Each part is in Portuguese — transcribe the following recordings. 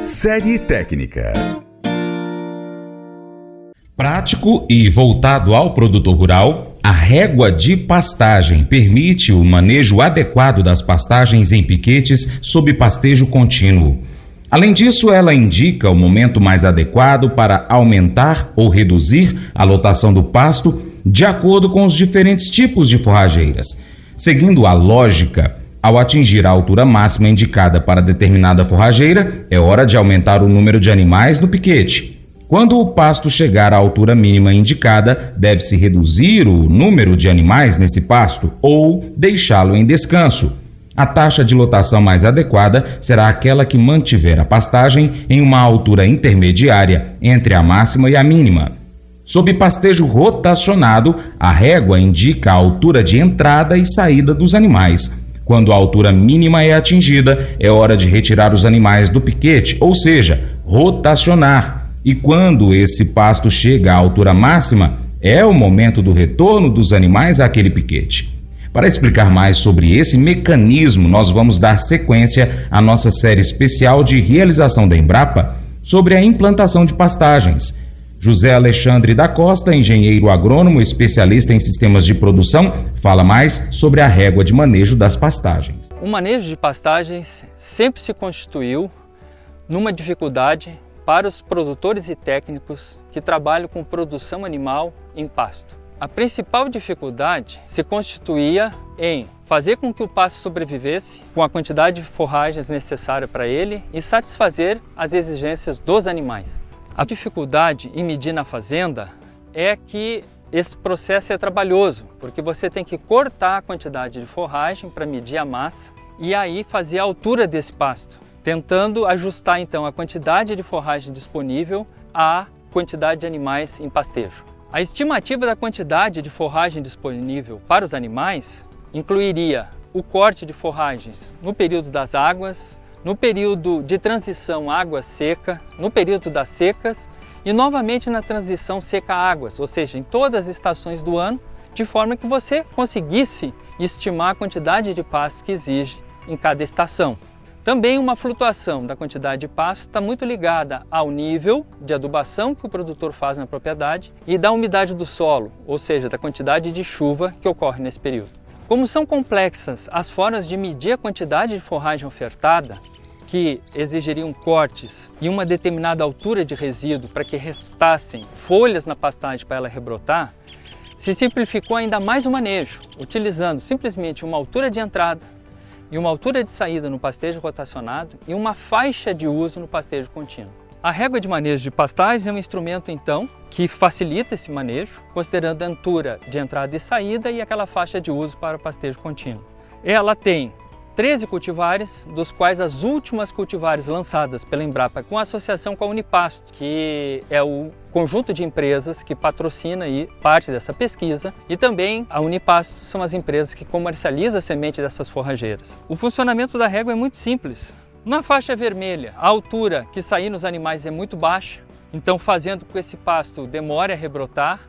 Série técnica. Prático e voltado ao produtor rural, a régua de pastagem permite o manejo adequado das pastagens em piquetes sob pastejo contínuo. Além disso, ela indica o momento mais adequado para aumentar ou reduzir a lotação do pasto de acordo com os diferentes tipos de forrageiras. Seguindo a lógica, ao atingir a altura máxima indicada para determinada forrageira, é hora de aumentar o número de animais no piquete. Quando o pasto chegar à altura mínima indicada, deve-se reduzir o número de animais nesse pasto ou deixá-lo em descanso. A taxa de lotação mais adequada será aquela que mantiver a pastagem em uma altura intermediária entre a máxima e a mínima. Sob pastejo rotacionado, a régua indica a altura de entrada e saída dos animais. Quando a altura mínima é atingida, é hora de retirar os animais do piquete, ou seja, rotacionar. E quando esse pasto chega à altura máxima, é o momento do retorno dos animais àquele piquete. Para explicar mais sobre esse mecanismo, nós vamos dar sequência à nossa série especial de realização da Embrapa sobre a implantação de pastagens. José Alexandre da Costa, engenheiro agrônomo, especialista em sistemas de produção, fala mais sobre a régua de manejo das pastagens. O manejo de pastagens sempre se constituiu numa dificuldade para os produtores e técnicos que trabalham com produção animal em pasto. A principal dificuldade se constituía em fazer com que o pasto sobrevivesse com a quantidade de forragens necessária para ele e satisfazer as exigências dos animais. A dificuldade em medir na fazenda é que esse processo é trabalhoso, porque você tem que cortar a quantidade de forragem para medir a massa e aí fazer a altura desse pasto, tentando ajustar então a quantidade de forragem disponível à quantidade de animais em pastejo. A estimativa da quantidade de forragem disponível para os animais incluiria o corte de forragens no período das águas, no período de transição água-seca, no período das secas e novamente na transição seca-águas, ou seja, em todas as estações do ano, de forma que você conseguisse estimar a quantidade de pasto que exige em cada estação. Também uma flutuação da quantidade de pasto está muito ligada ao nível de adubação que o produtor faz na propriedade e da umidade do solo, ou seja, da quantidade de chuva que ocorre nesse período. Como são complexas as formas de medir a quantidade de forragem ofertada, que exigiriam cortes e uma determinada altura de resíduo para que restassem folhas na pastagem para ela rebrotar, se simplificou ainda mais o manejo, utilizando simplesmente uma altura de entrada e uma altura de saída no pastejo rotacionado e uma faixa de uso no pastejo contínuo. A régua de manejo de pastagens é um instrumento, então, que facilita esse manejo, considerando a altura de entrada e saída e aquela faixa de uso para o pastejo contínuo. Ela tem 13 cultivares, dos quais as últimas cultivares lançadas pela Embrapa com associação com a Unipasto, que é o conjunto de empresas que patrocina aí parte dessa pesquisa, e também a Unipasto são as empresas que comercializam a semente dessas forrageiras. O funcionamento da régua é muito simples. Na faixa vermelha, a altura que sair nos animais é muito baixa, então fazendo com que esse pasto demore a rebrotar,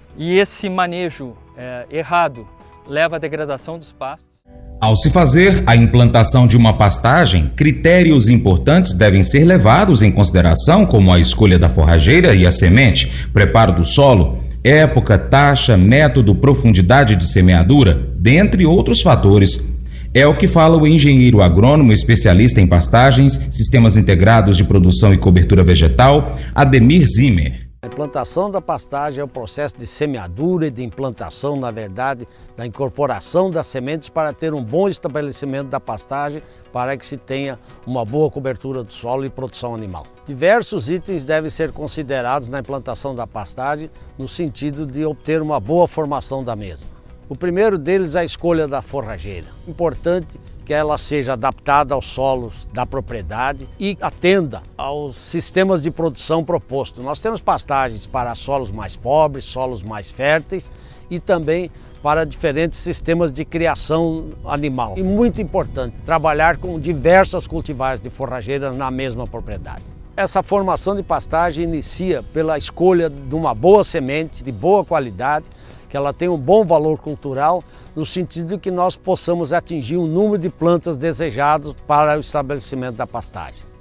e esse manejo errado leva à degradação dos pastos. Ao se fazer a implantação de uma pastagem, critérios importantes devem ser levados em consideração, como a escolha da forrageira e a semente, preparo do solo, época, taxa, método, profundidade de semeadura, dentre outros fatores. É o que fala o engenheiro agrônomo especialista em pastagens, sistemas integrados de produção e cobertura vegetal, Ademir Zimmer. A implantação da pastagem é o processo de semeadura e de implantação, na verdade, da incorporação das sementes para ter um bom estabelecimento da pastagem, para que se tenha uma boa cobertura do solo e produção animal. Diversos itens devem ser considerados na implantação da pastagem, no sentido de obter uma boa formação da mesma. O primeiro deles é a escolha da forrageira. Importante que ela seja adaptada aos solos da propriedade e atenda aos sistemas de produção propostos. Nós temos pastagens para solos mais pobres, solos mais férteis e também para diferentes sistemas de criação animal. E muito importante, trabalhar com diversas cultivares de forrageira na mesma propriedade. Essa formação de pastagem inicia pela escolha de uma boa semente, de boa qualidade, que ela tenha um bom valor cultural, no sentido de que nós possamos atingir o número de plantas desejadas para o estabelecimento da pastagem.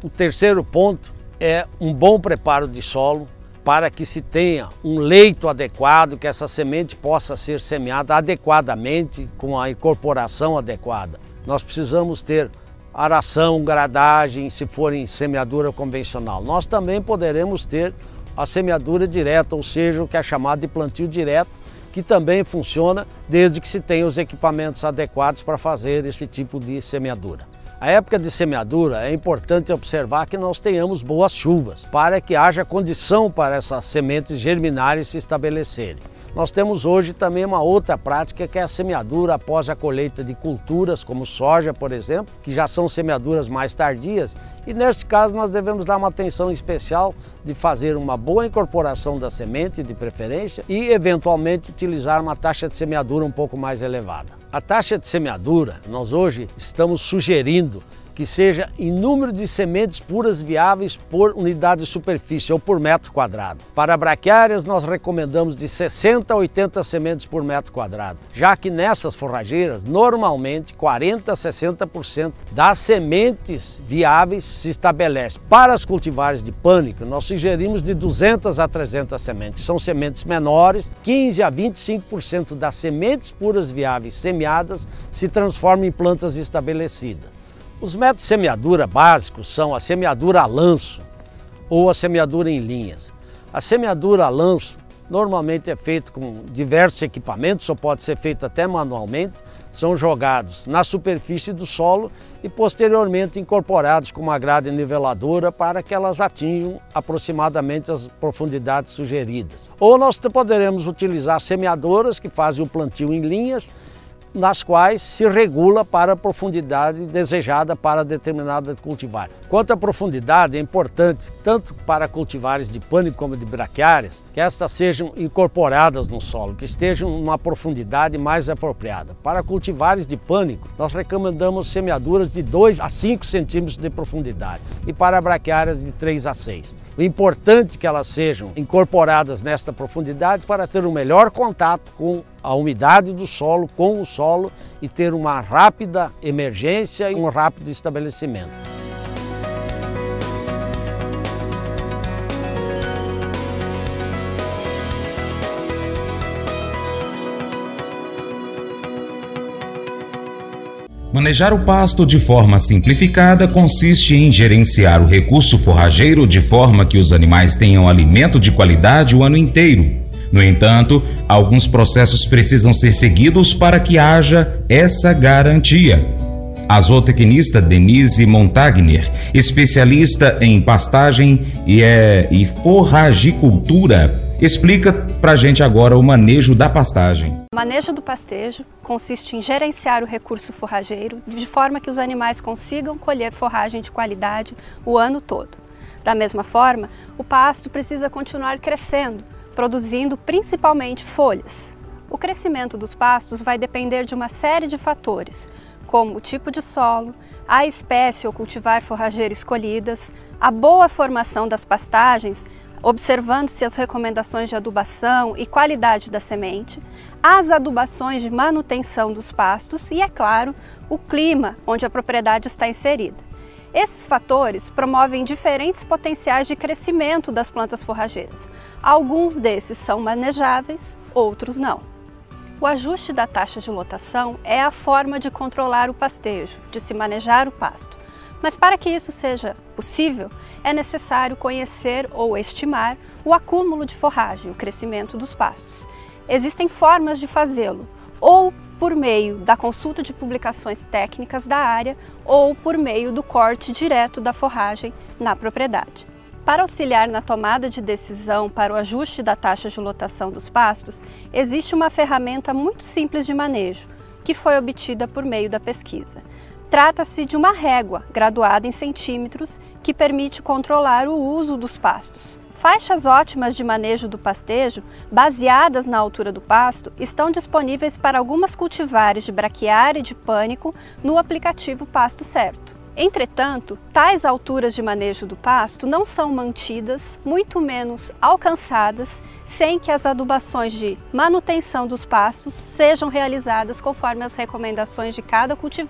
O terceiro ponto é um bom preparo de solo para que se tenha um leito adequado, que essa semente possa ser semeada adequadamente, com a incorporação adequada. Nós precisamos ter aração, gradagem, se for em semeadura convencional. Nós também poderemos ter a semeadura direta, ou seja, o que é chamado de plantio direto, que também funciona desde que se tenha os equipamentos adequados para fazer esse tipo de semeadura. A época de semeadura é importante observar que nós tenhamos boas chuvas, para que haja condição para essas sementes germinarem e se estabelecerem. Nós temos hoje também uma outra prática, que é a semeadura após a colheita de culturas, como soja, por exemplo, que já são semeaduras mais tardias, e nesse caso nós devemos dar uma atenção especial de fazer uma boa incorporação da semente, de preferência, e eventualmente utilizar uma taxa de semeadura um pouco mais elevada. A taxa de semeadura, nós hoje estamos sugerindo que seja em número de sementes puras viáveis por unidade de superfície ou por metro quadrado. Para braquiárias, nós recomendamos de 60 a 80 sementes por metro quadrado, já que nessas forrageiras, normalmente 40 a 60% das sementes viáveis se estabelece. Para as cultivares de pânico, nós sugerimos de 200 a 300 sementes. São sementes menores, 15 a 25% das sementes puras viáveis semeadas se transformam em plantas estabelecidas. Os métodos de semeadura básicos são a semeadura a lanço ou a semeadura em linhas. A semeadura a lanço normalmente é feita com diversos equipamentos, ou pode ser feito até manualmente. São jogados na superfície do solo e posteriormente incorporados com uma grade niveladora para que elas atinjam aproximadamente as profundidades sugeridas. Ou nós poderemos utilizar semeadoras que fazem o plantio em linhas, nas quais se regula para a profundidade desejada para determinada cultivar. Quanto à profundidade, é importante, tanto para cultivares de pânico como de braquiárias, que estas sejam incorporadas no solo, que estejam em uma profundidade mais apropriada. Para cultivares de pânico, nós recomendamos semeaduras de 2 a 5 centímetros de profundidade e para braquiárias de 3 a 6. O importante é que elas sejam incorporadas nesta profundidade para ter um melhor contato com a umidade do solo, com o solo, e ter uma rápida emergência e um rápido estabelecimento. Manejar o pasto de forma simplificada consiste em gerenciar o recurso forrageiro de forma que os animais tenham alimento de qualidade o ano inteiro. No entanto, alguns processos precisam ser seguidos para que haja essa garantia. A zootecnista Denise Montagner, especialista em pastagem e forragicultura, explica pra gente agora o manejo da pastagem. O manejo do pastejo consiste em gerenciar o recurso forrageiro de forma que os animais consigam colher forragem de qualidade o ano todo. Da mesma forma, o pasto precisa continuar crescendo, produzindo principalmente folhas. O crescimento dos pastos vai depender de uma série de fatores, como o tipo de solo, a espécie ou cultivar forrageiro escolhidas, a boa formação das pastagens, observando-se as recomendações de adubação e qualidade da semente, as adubações de manutenção dos pastos e, é claro, o clima onde a propriedade está inserida. Esses fatores promovem diferentes potenciais de crescimento das plantas forrageiras. Alguns desses são manejáveis, outros não. O ajuste da taxa de lotação é a forma de controlar o pastejo, de se manejar o pasto. Mas para que isso seja possível, é necessário conhecer ou estimar o acúmulo de forragem, o crescimento dos pastos. Existem formas de fazê-lo, ou por meio da consulta de publicações técnicas da área, ou por meio do corte direto da forragem na propriedade. Para auxiliar na tomada de decisão para o ajuste da taxa de lotação dos pastos, existe uma ferramenta muito simples de manejo, que foi obtida por meio da pesquisa. Trata-se de uma régua graduada em centímetros que permite controlar o uso dos pastos. Faixas ótimas de manejo do pastejo, baseadas na altura do pasto, estão disponíveis para algumas cultivares de braquiária e de pânico no aplicativo Pasto Certo. Entretanto, tais alturas de manejo do pasto não são mantidas, muito menos alcançadas, sem que as adubações de manutenção dos pastos sejam realizadas conforme as recomendações de cada cultivar.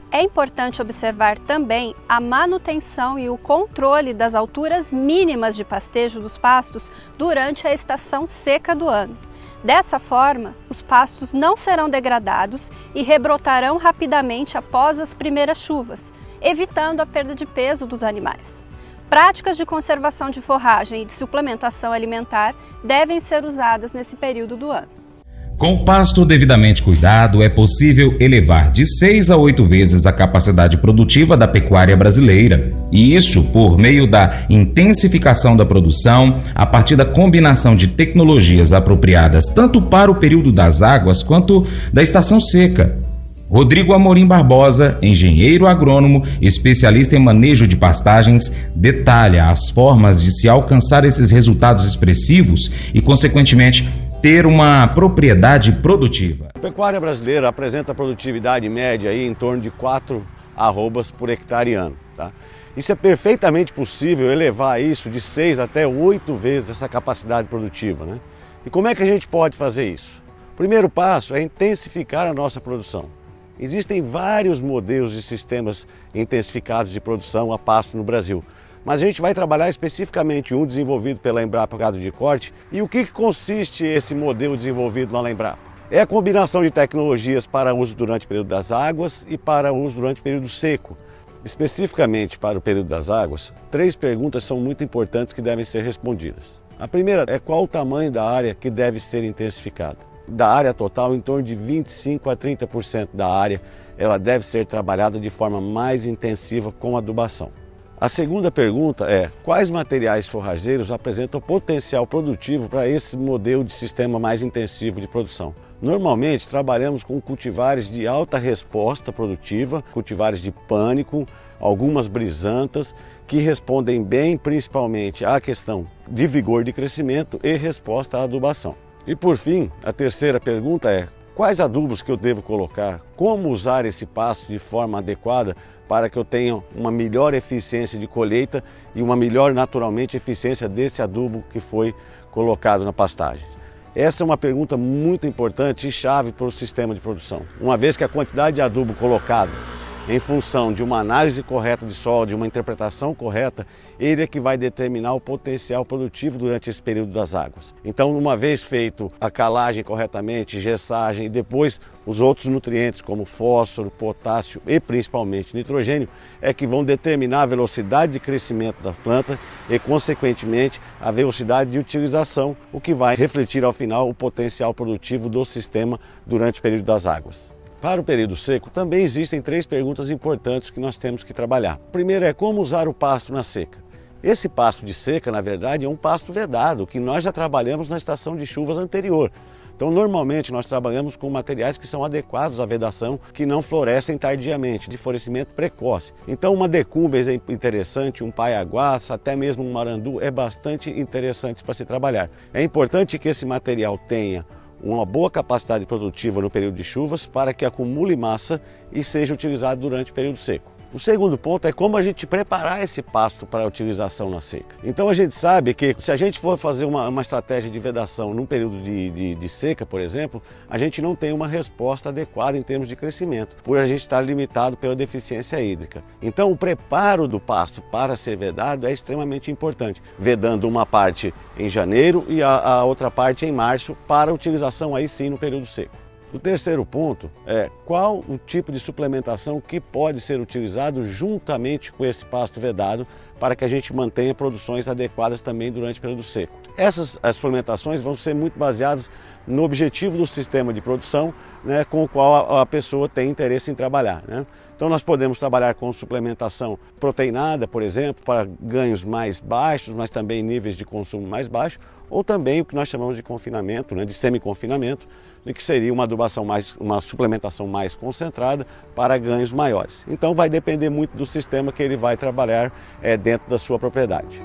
É importante observar também a manutenção e o controle das alturas mínimas de pastejo dos pastos durante a estação seca do ano. Dessa forma, os pastos não serão degradados e rebrotarão rapidamente após as primeiras chuvas, evitando a perda de peso dos animais. Práticas de conservação de forragem e de suplementação alimentar devem ser usadas nesse período do ano. Com o pasto devidamente cuidado, é possível elevar de 6 a 8 vezes a capacidade produtiva da pecuária brasileira. E isso por meio da intensificação da produção, a partir da combinação de tecnologias apropriadas tanto para o período das águas quanto da estação seca. Rodrigo Amorim Barbosa, engenheiro agrônomo, especialista em manejo de pastagens, detalha as formas de se alcançar esses resultados expressivos e, consequentemente, ter uma propriedade produtiva. A pecuária brasileira apresenta produtividade média aí em torno de 4 arrobas por hectare ano. Tá? Isso é perfeitamente possível elevar isso de 6 até 8 vezes essa capacidade produtiva. Né? E como é que a gente pode fazer isso? O primeiro passo é intensificar a nossa produção. Existem vários modelos de sistemas intensificados de produção a pasto no Brasil. Mas a gente vai trabalhar especificamente um desenvolvido pela Embrapa Gado de Corte. E o que consiste esse modelo desenvolvido lá na Embrapa? É a combinação de tecnologias para uso durante o período das águas e para uso durante o período seco. Especificamente para o período das águas, 3 perguntas são muito importantes que devem ser respondidas. A primeira é qual o tamanho da área que deve ser intensificada. Da área total, em torno de 25 a 30% da área, ela deve ser trabalhada de forma mais intensiva com adubação. A segunda pergunta é quais materiais forrageiros apresentam potencial produtivo para esse modelo de sistema mais intensivo de produção. Normalmente trabalhamos com cultivares de alta resposta produtiva, cultivares de pânico, algumas brisantas, que respondem bem principalmente à questão de vigor de crescimento e resposta à adubação. E por fim, a terceira pergunta é quais adubos que eu devo colocar, como usar esse pasto de forma adequada para que eu tenha uma melhor eficiência de colheita e uma melhor, naturalmente, eficiência desse adubo que foi colocado na pastagem. Essa é uma pergunta muito importante e chave para o sistema de produção. Uma vez que a quantidade de adubo colocado em função de uma análise correta de solo, de uma interpretação correta, ele é que vai determinar o potencial produtivo durante esse período das águas. Então, uma vez feito a calagem corretamente, gessagem e depois os outros nutrientes como fósforo, potássio e principalmente nitrogênio, é que vão determinar a velocidade de crescimento da planta e, consequentemente, a velocidade de utilização, o que vai refletir ao final o potencial produtivo do sistema durante o período das águas. Para o período seco, também existem 3 perguntas importantes que nós temos que trabalhar. A primeira é como usar o pasto na seca. Esse pasto de seca, na verdade, é um pasto vedado, que nós já trabalhamos na estação de chuvas anterior. Então, normalmente, nós trabalhamos com materiais que são adequados à vedação, que não florescem tardiamente, de florescimento precoce. Então, uma decumbens é interessante, um paiaguás, até mesmo um marandu, é bastante interessante para se trabalhar. É importante que esse material tenha uma boa capacidade produtiva no período de chuvas para que acumule massa e seja utilizado durante o período seco. O segundo ponto é como a gente preparar esse pasto para a utilização na seca. Então a gente sabe que se a gente for fazer uma estratégia de vedação num período de seca, por exemplo, a gente não tem uma resposta adequada em termos de crescimento, por a gente estar limitado pela deficiência hídrica. Então o preparo do pasto para ser vedado é extremamente importante, vedando uma parte em janeiro e a outra parte em março para utilização aí sim no período seco. O terceiro ponto é qual o tipo de suplementação que pode ser utilizado juntamente com esse pasto vedado para que a gente mantenha produções adequadas também durante o período seco. Essas suplementações vão ser muito baseadas no objetivo do sistema de produção, né, com o qual a pessoa tem interesse em trabalhar. Né? Então nós podemos trabalhar com suplementação proteinada, por exemplo, para ganhos mais baixos, mas também níveis de consumo mais baixos, ou também o que nós chamamos de confinamento, né, de semi-confinamento, que seria uma suplementação mais concentrada para ganhos maiores. Então vai depender muito do sistema que ele vai trabalhar dentro da sua propriedade.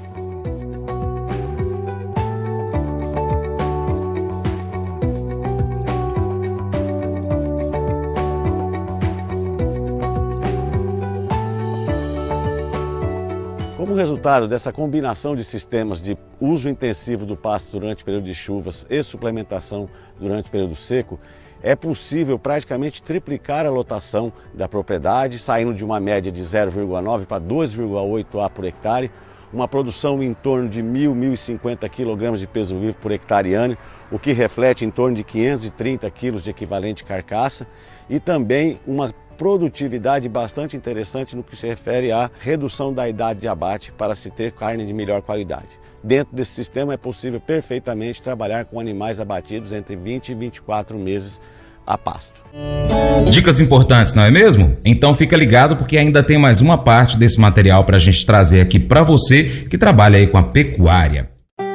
Como resultado dessa combinação de sistemas de uso intensivo do pasto durante o período de chuvas e suplementação durante o período seco, é possível praticamente triplicar a lotação da propriedade, saindo de uma média de 0,9 para 2,8 A por hectare, uma produção em torno de 1.050 kg de peso vivo por hectare ano, o que reflete em torno de 530 kg de equivalente carcaça, e também uma produtividade bastante interessante no que se refere à redução da idade de abate para se ter carne de melhor qualidade. Dentro desse sistema é possível perfeitamente trabalhar com animais abatidos entre 20 e 24 meses a pasto. Dicas importantes, não é mesmo? Então fica ligado porque ainda tem mais uma parte desse material para a gente trazer aqui para você que trabalha aí com a pecuária.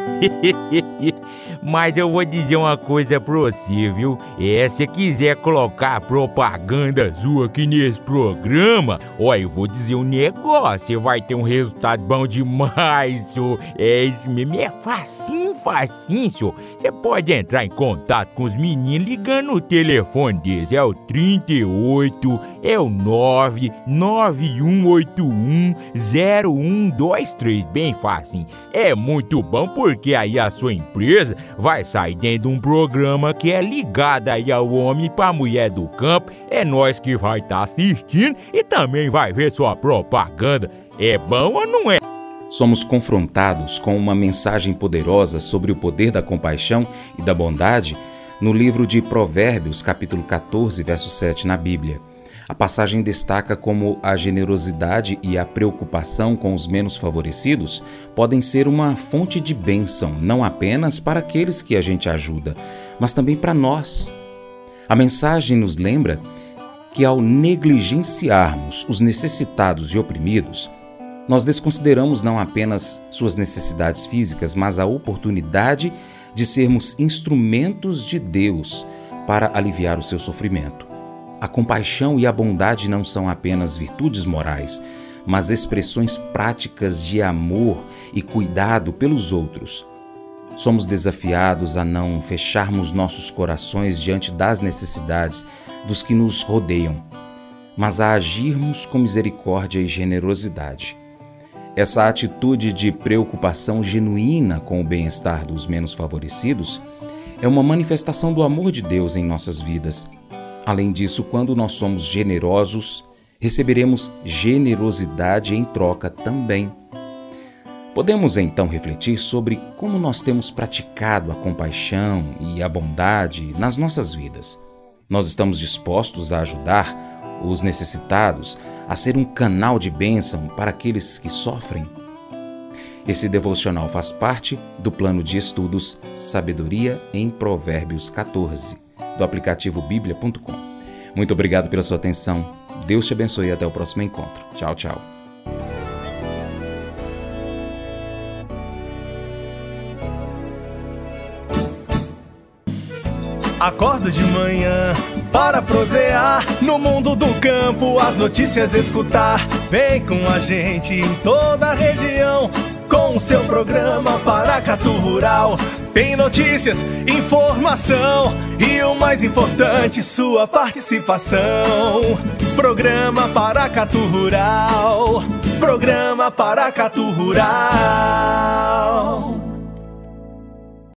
Mas eu vou dizer uma coisa pra você, viu? Se quiser colocar propaganda sua aqui nesse programa, eu vou dizer um negócio, você vai ter um resultado bom demais, senhor. Isso mesmo, é facinho, senhor. Você pode entrar em contato com os meninos ligando o telefone deles, é o 38, é o 991810123, bem facinho. É muito bom porque aí a sua empresa vai sair dentro de um programa que é ligado aí ao homem pra mulher do campo. É nós que vai estar assistindo e também vai ver sua propaganda. É bom ou não é? Somos confrontados com uma mensagem poderosa sobre o poder da compaixão e da bondade no livro de Provérbios, capítulo 14, verso 7 na Bíblia. A passagem destaca como a generosidade e a preocupação com os menos favorecidos podem ser uma fonte de bênção, não apenas para aqueles que a gente ajuda, mas também para nós. A mensagem nos lembra que ao negligenciarmos os necessitados e oprimidos, nós desconsideramos não apenas suas necessidades físicas, mas a oportunidade de sermos instrumentos de Deus para aliviar o seu sofrimento. A compaixão e a bondade não são apenas virtudes morais, mas expressões práticas de amor e cuidado pelos outros. Somos desafiados a não fecharmos nossos corações diante das necessidades dos que nos rodeiam, mas a agirmos com misericórdia e generosidade. Essa atitude de preocupação genuína com o bem-estar dos menos favorecidos é uma manifestação do amor de Deus em nossas vidas. Além disso, quando nós somos generosos, receberemos generosidade em troca também. Podemos então refletir sobre como nós temos praticado a compaixão e a bondade nas nossas vidas. Nós estamos dispostos a ajudar os necessitados, a ser um canal de bênção para aqueles que sofrem? Esse devocional faz parte do plano de estudos Sabedoria em Provérbios 14, do aplicativo biblia.com. Muito obrigado pela sua atenção. Deus te abençoe e até o próximo encontro. Tchau, tchau. Acordo de manhã para prosear no mundo do campo, as notícias escutar. Vem com a gente em toda a região com o seu programa Paracatu Rural. Tem notícias, informação e o mais importante, sua participação. Programa Paracatu Rural. Programa Paracatu Rural.